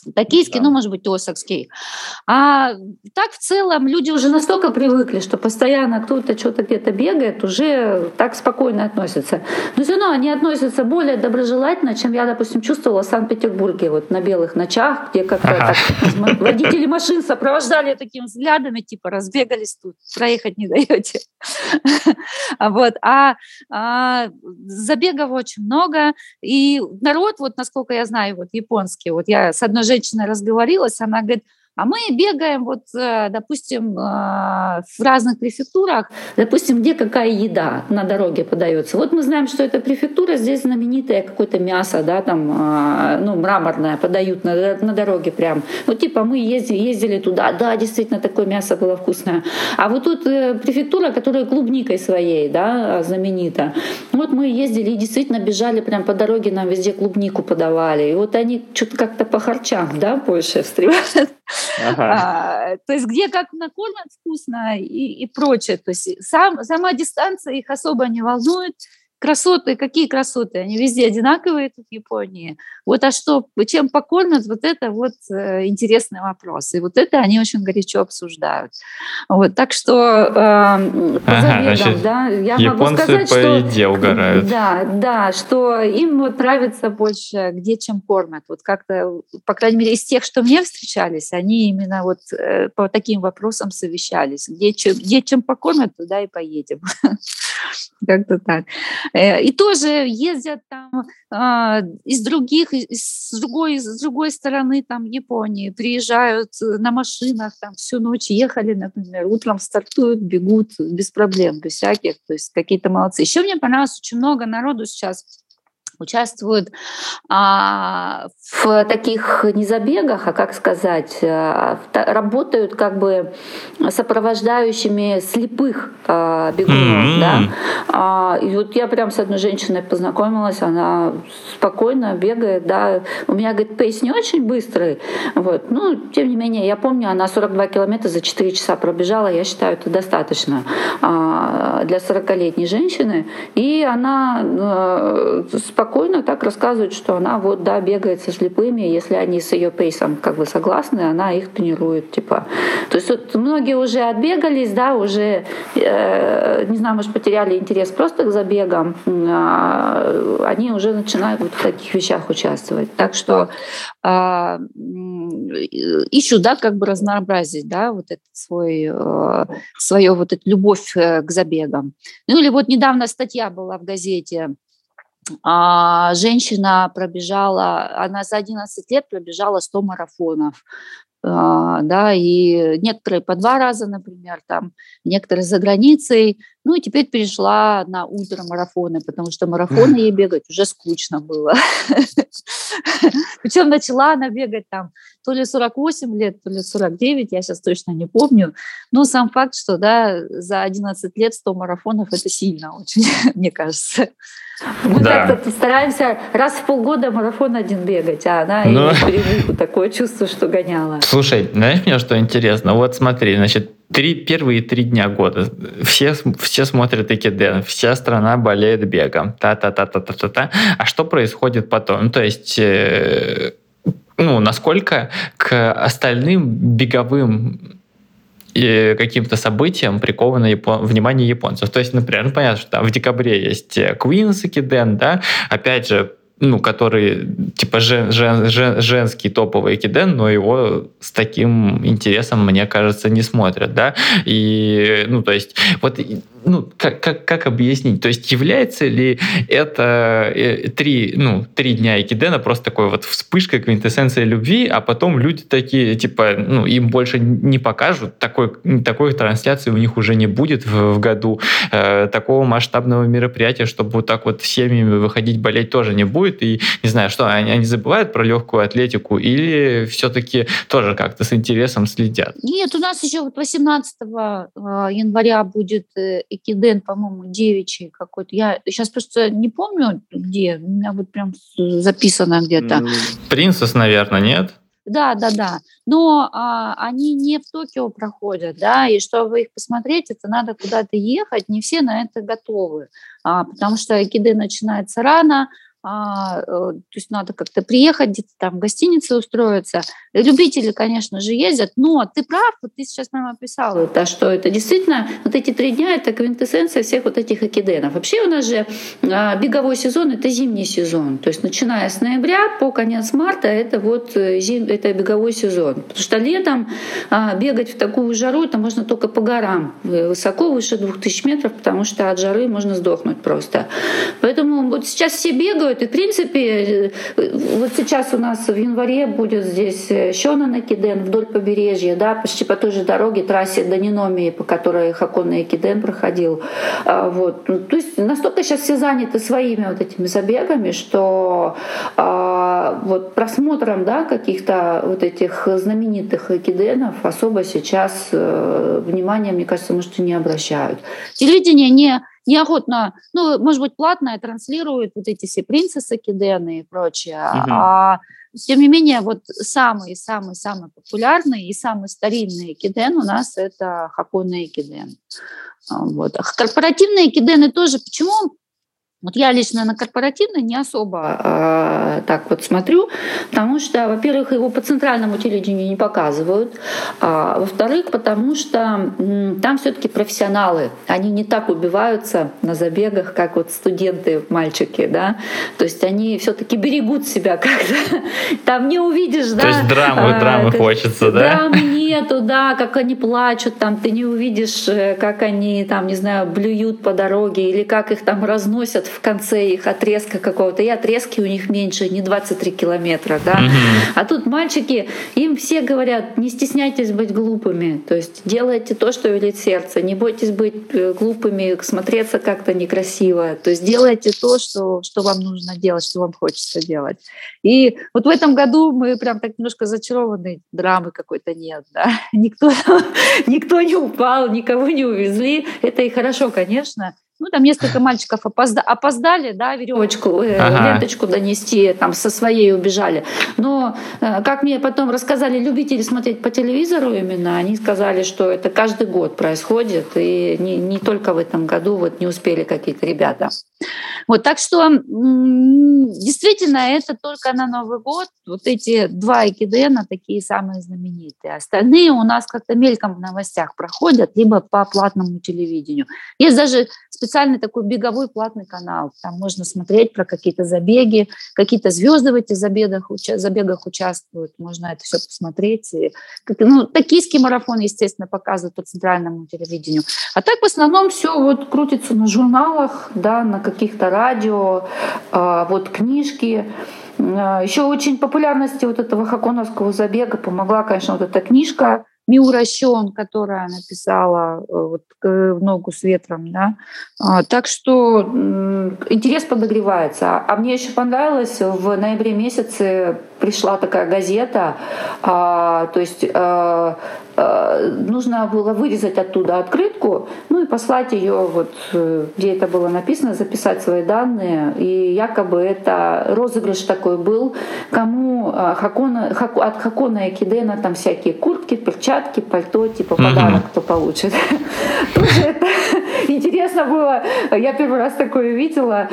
Токийский, да. Ну, может быть, Осакский. А так в целом люди уже настолько привыкли, что постоянно кто-то что-то где-то бегает, уже так спокойно относятся. Но все равно они относятся более доброжелательно, чем я, допустим, чувствовала в Санкт-Петербурге, вот на белых ночах, где как-то ага. так, водители машин сопровождали такими взглядами, типа разбегались тут, проехать не даете. Вот. А, а забегов очень много, и народ, вот насколько я знаю, вот японский, вот я с одной женщиной разговорилась, она говорит, а мы бегаем, вот, допустим, в разных префектурах, допустим, где какая еда на дороге подается. Вот мы знаем, что эта префектура, здесь знаменитое какое-то мясо, да, там, ну, мраморное подают на, на дороге прям. Вот типа мы ездили, ездили туда, да, действительно, такое мясо было вкусное. А вот тут префектура, которая клубникой своей, да, знаменита. Вот мы ездили и действительно бежали прям по дороге, нам везде клубнику подавали. И вот они что-то как-то по харчам, да, больше встревают. Ага. А, то есть где как накормят вкусно и, и прочее. То есть сам, сама дистанция их особо не волнует. Красоты, какие красоты? Они везде одинаковые тут в Японии. Вот а что, чем покормят, вот это вот э, интересный вопрос. И вот это они очень горячо обсуждают. Вот, так что э, по ага, забегам, да, я могу сказать, по что... еде угорают. Да, да, что им вот нравится больше, где чем кормят. Вот как-то, по крайней мере, из тех, что мне встречались, они именно вот э, по таким вопросам совещались. Где чем, где чем покормят, туда и поедем. Как-то так. И тоже ездят там э, из других, из другой, с другой стороны там Японии, приезжают на машинах, там всю ночь ехали, например, утром стартуют, бегут без проблем, без всяких, то есть какие-то молодцы. Еще мне понравилось, очень много народу сейчас участвуют а, в таких не забегах, а как сказать, а, работают как бы сопровождающими слепых а, бегунов. Mm-hmm. Да? А, и вот я прям с одной женщиной познакомилась, она спокойно бегает, да. У меня, говорит, пейс не очень быстрый, вот. Ну, тем не менее, я помню, она сорок два километра за четыре часа пробежала, я считаю, это достаточно а, для сорокалетней женщины, и она а, спокойно спокойно так рассказывает, что она вот, да, бегает со слепыми, если они с ее пейсом как бы согласны, она их тренирует, типа. То есть вот многие уже отбегались, да, уже, э, не знаю, может, потеряли интерес просто к забегам, э, они уже начинают вот в таких вещах участвовать. Так что э, ищу, да, как бы разнообразить, да, вот этот свой, э, свою вот эту любовь к забегам. Ну или вот недавно статья была в газете, А, женщина пробежала, она за одиннадцать лет пробежала сто марафонов. А, да, и некоторые по два раза, например, там, некоторые за границей. Ну и теперь перешла на ультрамарафоны, потому что марафоны ей бегать уже скучно было. Причем начала она бегать там то ли сорок восемь лет, то ли сорок девять, я сейчас точно не помню. Но сам факт, что да, за одиннадцать лет сто марафонов — это сильно очень, мне кажется. Мы да. так-то стараемся раз в полгода марафон один бегать, а она Но... имеет привычку, такое чувство, что гоняла. Слушай, знаешь, мне что интересно? Вот смотри, значит, Три, первые три дня года все, все смотрят Экиден, вся страна болеет бегом. Та-та-та-та-та-та. А что происходит потом? Ну, то есть, э, ну, насколько к остальным беговым и каким-то событиям приковано япон... внимание японцев? То есть, например, ну, понятно, что там в декабре есть Queen's Экиден, да, опять же, ну, который, типа, жен, жен, жен, женский топовый экиден, но его с таким интересом, мне кажется, не смотрят, да, и, ну, то есть, вот, ну, как, как, как объяснить, то есть, является ли это э, три, ну, три дня экидена просто такой вот вспышкой, квинтэссенцией любви, а потом люди такие, типа, ну, им больше не покажут, такой, такой трансляции у них уже не будет в, в году, э, такого масштабного мероприятия, чтобы вот так вот семьями выходить болеть, тоже не будет. И не знаю, что они, они забывают про легкую атлетику или все-таки тоже как-то с интересом следят? Нет, у нас еще вот восемнадцатого января будет экиден, по-моему, девичий какой-то. Я сейчас просто не помню, где. У меня вот прям записано где-то. Принцесс, наверное, нет? Да, да, да. Но а, они не в Токио проходят, да, и чтобы их посмотреть, это надо куда-то ехать. Не все на это готовы, а, потому что экиден начинается рано. А, то есть надо как-то приехать, где-то там в гостинице устроиться. Любители, конечно же, ездят, но ты прав, вот ты сейчас прямо описал это, что это действительно вот эти три дня — это квинтэссенция всех вот этих экиденов. Вообще у нас же а, беговой сезон — это зимний сезон, то есть начиная с ноября по конец марта — это вот зим, это беговой сезон. Потому что летом а, бегать в такую жару — это можно только по горам, высоко, выше двух тысяч метров, потому что от жары можно сдохнуть просто. Поэтому вот сейчас все бегают, и, в принципе, вот сейчас у нас в январе будет здесь Шёнэн Экиден вдоль побережья, да, почти по той же дороге, трассе до Ниномии, по которой Хаконе Экиден проходил. Вот. То есть настолько сейчас все заняты своими вот этими забегами, что вот просмотром, да, каких-то вот этих знаменитых экиденов особо сейчас внимания, мне кажется, может, и не обращают. Телевидение не неохотно, ну, может быть, платное транслирует вот эти все принцессы Экидены и прочее, uh-huh. а тем не менее, вот самый-самый-самый популярный и самый старинный экиден у нас — это Хаконе Экиден. Вот. Корпоративные экидены тоже. Почему? Вот я лично на корпоративный не особо э, так вот смотрю, потому что, во-первых, его по центральному телевидению не показывают, а во-вторых, потому что м, там все-таки профессионалы, они не так убиваются на забегах, как вот студенты, мальчики, да, то есть они все-таки берегут себя как-то, там не увидишь, да. То есть драмы, а, драмы как, хочется, да? Драмы нету, да, как они плачут, там ты не увидишь, как они там, не знаю, блюют по дороге или как их там разносят в конце их отрезка какого-то, и отрезки у них меньше, не двадцать три километра, да. Mm-hmm. А тут мальчики, им все говорят: не стесняйтесь быть глупыми, то есть делайте то, что велит сердце, не бойтесь быть глупыми, смотреться как-то некрасиво, то есть делайте то, что, что вам нужно делать, что вам хочется делать. И вот в этом году мы прям так немножко зачарованы, драмы какой-то нет, да. Никто, никто не упал, никого не увезли, это и хорошо, конечно. Ну, там несколько мальчиков опозда- опоздали, да, веревочку, э, ага. ленточку донести, там со своей убежали. Но, э, как мне потом рассказали любители смотреть по телевизору именно, они сказали, что это каждый год происходит, и не, не только в этом году вот не успели какие-то ребята. Вот, так что м- действительно это только на Новый год вот эти два экидена такие самые знаменитые. Остальные у нас как-то мельком в новостях проходят, либо по платному телевидению. Есть даже специальный такой беговой платный канал. Там можно смотреть про какие-то забеги, какие-то звезды в этих забегах, уча- забегах участвуют. Можно это все посмотреть. И, ну, токийский марафон, естественно, показывают по центральному телевидению. А так в основном все вот крутится на журналах, да, на каких-то радио, э, вот книжки. Еще очень популярности вот этого хаконовского забега помогла, конечно, вот эта книжка Миура Шон, которая написала вот, «В ногу с ветром». Да? А, так что м- интерес подогревается. А мне еще понравилось, в ноябре месяце пришла такая газета, а, то есть а, а, нужно было вырезать оттуда открытку, ну и послать ее, вот, где это было написано, записать свои данные. И якобы это розыгрыш такой был, кому Хакона, Хаку, от Хакона Экидена там всякие куртки, перчатки, пальто, типа подарок, кто получит. Тоже это интересно было. Я первый раз такое видела,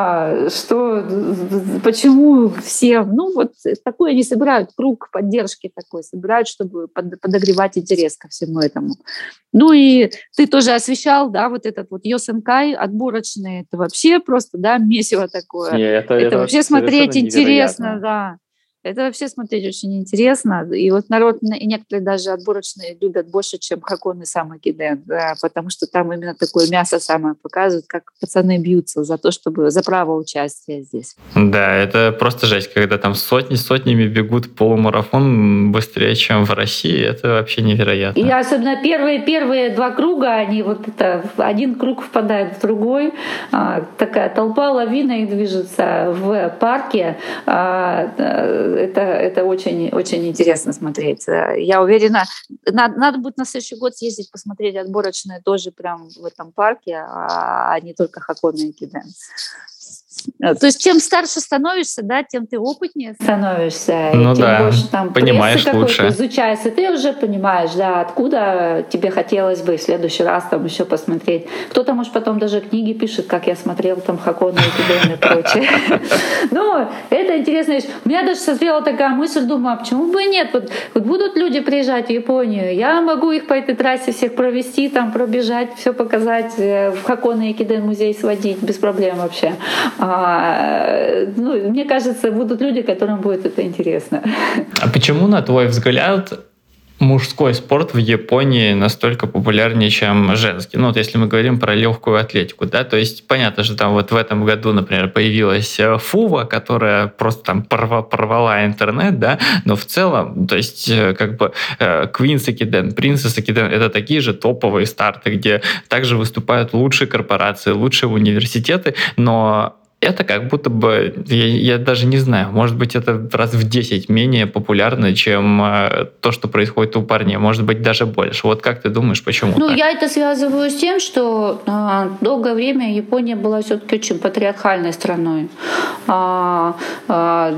что почему все, ну вот такое они собирают, круг поддержки такой собирают, чтобы подогревать интерес ко всему этому. Ну и ты тоже освещал, да, вот этот вот Йосенкай отборочный, это вообще просто, да, месиво такое. Не, это, это, это вообще смотреть интересно, да. Это вообще смотреть очень интересно. И вот народ, и некоторые даже отборочные любят больше, чем Хаконе сам Экиден, да, потому что там именно такое мясо самое показывают, как пацаны бьются за то, чтобы за право участия здесь. Да, это просто жесть, когда там сотни сотнями бегут полумарафон быстрее, чем в России. Это вообще невероятно. И особенно первые, первые два круга, они вот это, один круг впадает в другой, а, такая толпа, лавина их движется в парке. А, Это, это очень, очень интересно смотреть. Я уверена, надо, надо будет на следующий год съездить, посмотреть отборочные тоже прям в этом парке, а не только Хаконе Экиден. То есть чем старше становишься, да, тем ты опытнее становишься, ну и тем да, больше там понимаешь прессы лучше. какой-то изучается, ты уже понимаешь, да, откуда тебе хотелось бы в следующий раз там еще посмотреть. Кто-то, может, потом даже книги пишет, как я смотрел там Хаконе и Экиден и прочее. Ну, это интересная вещь. У меня даже созрела такая мысль, думаю, а почему бы и нет? Вот, вот будут люди приезжать в Японию, я могу их по этой трассе всех провести, там пробежать, все показать, в Хаконе и Экиден музей сводить без проблем вообще. А, ну, мне кажется, будут люди, которым будет это интересно. А почему, на твой взгляд, мужской спорт в Японии настолько популярнее, чем женский? Ну, вот если мы говорим про легкую атлетику, да, то есть понятно, что там вот в этом году, например, появилась Фува, которая просто там порва, порвала интернет, да, но в целом, то есть как бы Queen's Ekiden, Princess Ekiden — это такие же топовые старты, где также выступают лучшие корпорации, лучшие университеты, но это как будто бы, я, я даже не знаю, может быть, это раз в десять менее популярно, чем э, то, что происходит у парней. Может быть, даже больше. Вот как ты думаешь, почему Ну, так? я это связываю с тем, что э, долгое время Япония была все-таки очень патриархальной страной. А, а,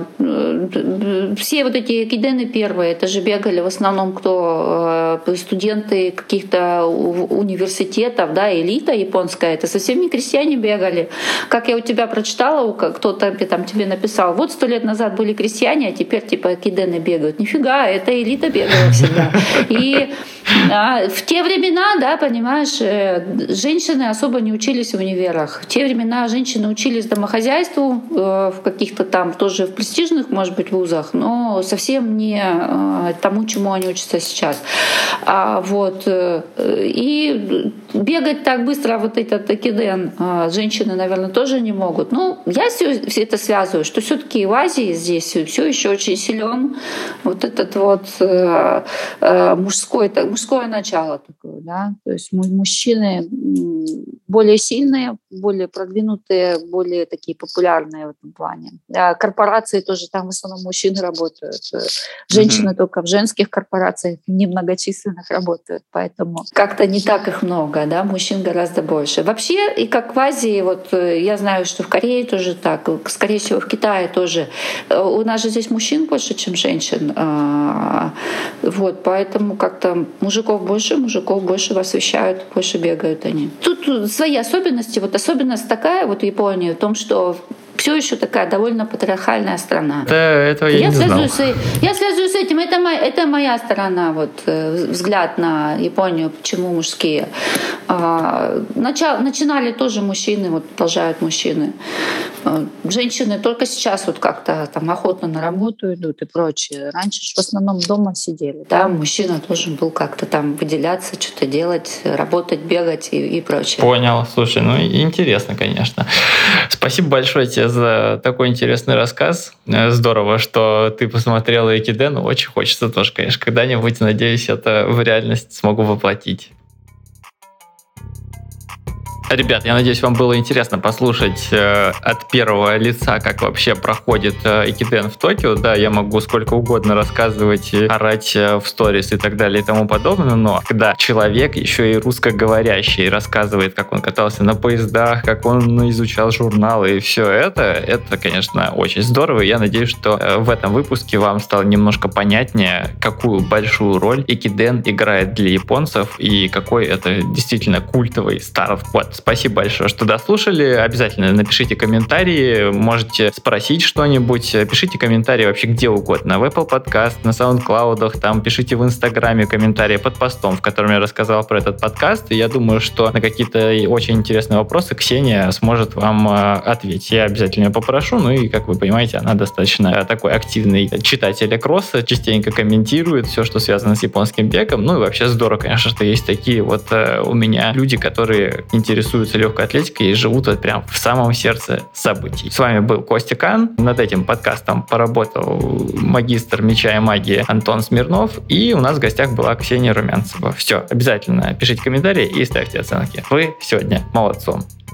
все вот эти экидены первые, это же бегали в основном кто? Э, студенты каких-то университетов, да, элита японская. Это совсем не крестьяне бегали. Как я у тебя прочитала, кто-то там тебе написал, вот сто лет назад были крестьяне, а теперь типа экидены бегают. Нифига, это элита бегала всегда. И а, в те времена, да, понимаешь, женщины особо не учились в универах. В те времена женщины учились домохозяйству э, в каких-то там тоже в престижных, может быть, вузах, но совсем не э, тому, чему они учатся сейчас. А, вот, э, и бегать так быстро вот этот экиден э, женщины, наверное, тоже не могут. Ну, я все это связываю, что все-таки в Азии здесь все еще очень силен вот этот вот э, э, мужской, так, мужское начало такое, да, то есть мужчины более сильные, более продвинутые, более такие популярные в этом плане. А корпорации тоже там в основном мужчины работают, женщины mm-hmm. только в женских корпорациях немногочисленных работают, поэтому как-то не так их много, да, мужчин гораздо больше. Вообще, и как в Азии, вот я знаю, что в Корее тоже так, скорее всего, в Китае тоже. У нас же здесь мужчин больше, чем женщин. Вот, поэтому как-то мужиков больше, мужиков больше освещают, больше бегают они. Тут свои особенности. Вот особенность такая вот в Японии в том, что все еще такая довольно патриархальная страна. Да, этого я, я, не связываю знал. С, я связываю с этим. Это, моя, это моя сторона, вот, взгляд на Японию, почему мужские. А, начал, начинали тоже мужчины, вот, продолжают мужчины. А, женщины только сейчас вот как-то там охотно на работу идут и прочее. Раньше в основном дома сидели. Да, мужчина должен был как-то там выделяться, что-то делать, работать, бегать и, и прочее. Понял. Слушай, ну интересно, конечно. Спасибо большое тебе за такой интересный рассказ. Здорово, что ты посмотрела Экиден. Очень хочется тоже, конечно, когда-нибудь, надеюсь, это в реальность смогу воплотить. Ребят, я надеюсь, вам было интересно послушать э, от первого лица, как вообще проходит э, Экиден в Токио. Да, я могу сколько угодно рассказывать, орать э, в сторис и так далее и тому подобное, но когда человек еще и русскоговорящий рассказывает, как он катался на поездах, как он изучал журналы и все это, это, конечно, очень здорово. И я надеюсь, что э, в этом выпуске вам стало немножко понятнее, какую большую роль Экиден играет для японцев и какой это действительно культовый старт. Вот. Спасибо большое, что дослушали. Обязательно напишите комментарии, можете спросить что-нибудь. Пишите комментарии вообще где угодно. В Apple Podcast, на SoundCloud, там пишите в Инстаграме комментарии под постом, в котором я рассказал про этот подкаст. И я думаю, что на какие-то очень интересные вопросы Ксения сможет вам ответить. Я обязательно ее попрошу. Ну и, как вы понимаете, она достаточно такой активный читатель кросса, частенько комментирует все, что связано с японским бегом. Ну и вообще здорово, конечно, что есть такие вот у меня люди, которые интересуются легкой атлетикой и живут вот прям в самом сердце событий. С вами был Костя Кан. Над этим подкастом поработал магистр меча и магии Антон Смирнов. И у нас в гостях была Ксения Румянцева. Все, обязательно пишите комментарии и ставьте оценки. Вы сегодня молодцом.